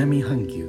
南半球。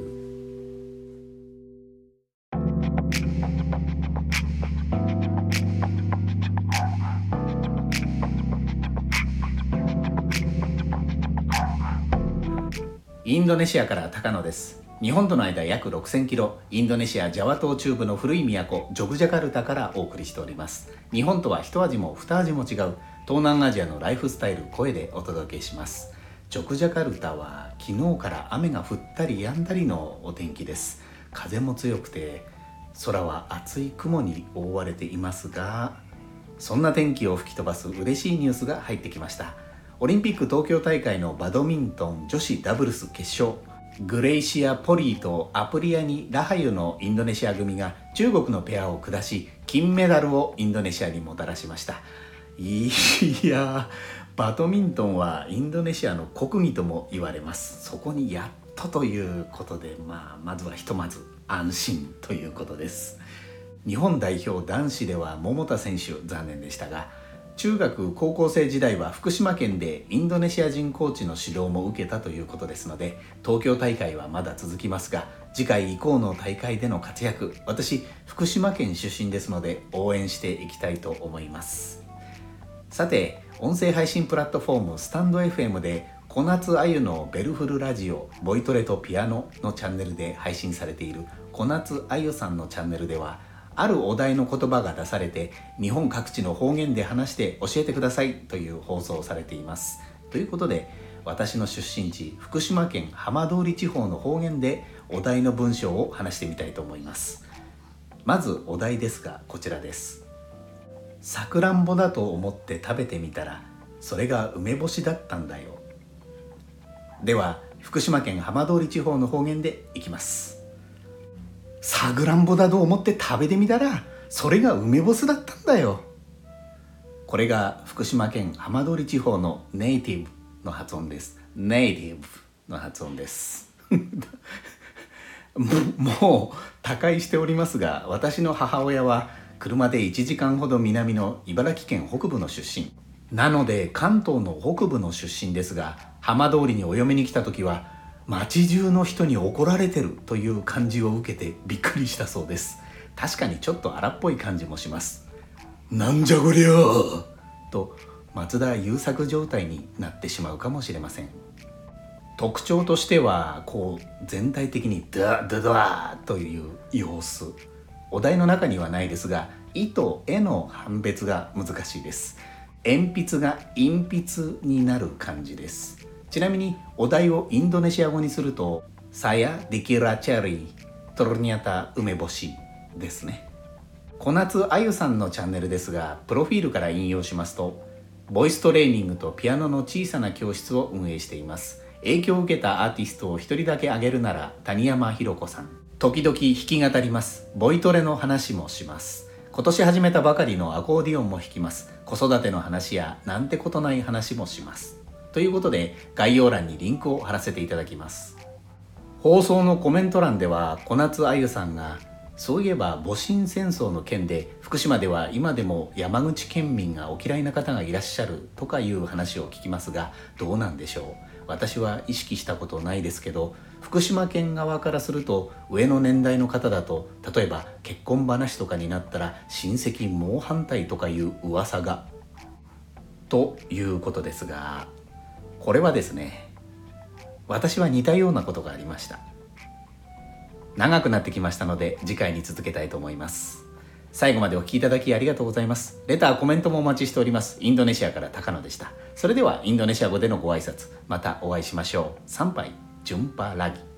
インドネシアから高野です。日本との間約6000キロ、インドネシアジャワ島中部の古い都ジョグジャカルタからお送りしております。日本とは一味も二味も違う東南アジアのライフスタイル、声でお届けします。ジョグジャカルタは昨日から雨が降ったり止んだりのお天気です。風も強くて空は厚い雲に覆われていますが、そんな天気を吹き飛ばす嬉しいニュースが入ってきました。オリンピック東京大会のバドミントン女子ダブルス決勝、グレイシア・ポリーとアプリヤニ・ラハユのインドネシア組が中国のペアを下し、金メダルをインドネシアにもたらしました。いや、バドミントンはインドネシアの国技とも言われます。そこにやっとということで、まずはひとまず安心ということです。日本代表男子では桃田選手残念でしたが、中学高校生時代は福島県でインドネシア人コーチの指導も受けたということですので、東京大会はまだ続きますが、次回以降の大会での活躍、私福島県出身ですので応援していきたいと思います。さて、音声配信プラットフォームスタンド FM で小夏あゆのベルフルラジオボイトレとピアノのチャンネルで配信されている小夏あゆさんのチャンネルでは、あるお題の言葉が出されて、日本各地の方言で話して教えてくださいという放送をされています。ということで、私の出身地福島県浜通り地方の方言でお題の文章を話してみたいと思います。まずお題ですが、こちらです。さくらんぼだと思って食べてみたら、それが梅干しだったんだよ。では福島県浜通り地方の方言でいきます。さくらんぼだと思って食べてみたら、それが梅干しだったんだよ。これが福島県浜通り地方のネイティブの発音です。ネイティブの発音ですもう他界しておりますが、私の母親は車で1時間ほど南の茨城県北部の出身なので、関東の北部の出身ですが、浜通りにお嫁に来た時は町中の人に怒られてるという感じを受けてびっくりしたそうです。確かにちょっと荒っぽい感じもします。なんじゃこりゃーと松田優作状態になってしまうかもしれません。特徴としては全体的にダダダーという様子。お題の中にはないですが、意と絵の判別が難しいです。鉛筆が陰筆になる感じです。ちなみにお題をインドネシア語にすると、saya dikira cherry ternyata梅干しですね。小夏あゆさんのチャンネルですが、プロフィールから引用しますと、ボイストレーニングとピアノの小さな教室を運営しています。影響を受けたアーティストを一人だけ挙げるなら谷山ひろ子さん。時々弾き語ります。ボイトレの話もします。今年始めたばかりのアコーディオンも弾きます。子育ての話やなんてことない話もします。ということで、概要欄にリンクを貼らせていただきます。放送のコメント欄では小夏あゆさんが、そういえば戊辰戦争の件で福島では今でも山口県民がお嫌いな方がいらっしゃるとかいう話を聞きますが、どうなんでしょう。私は意識したことないですけど、福島県側からすると上の年代の方だと、例えば結婚話とかになったら親戚猛反対とかいう噂がということですが、これはですね、私は似たようなことがありました。長くなってきましたので次回に続けたいと思います。最後までお聞きいただきありがとうございます。レター、コメントもお待ちしております。インドネシアから高野でした。それではインドネシア語でのご挨拶、またお会いしましょう。参拝、ジュンパラギ。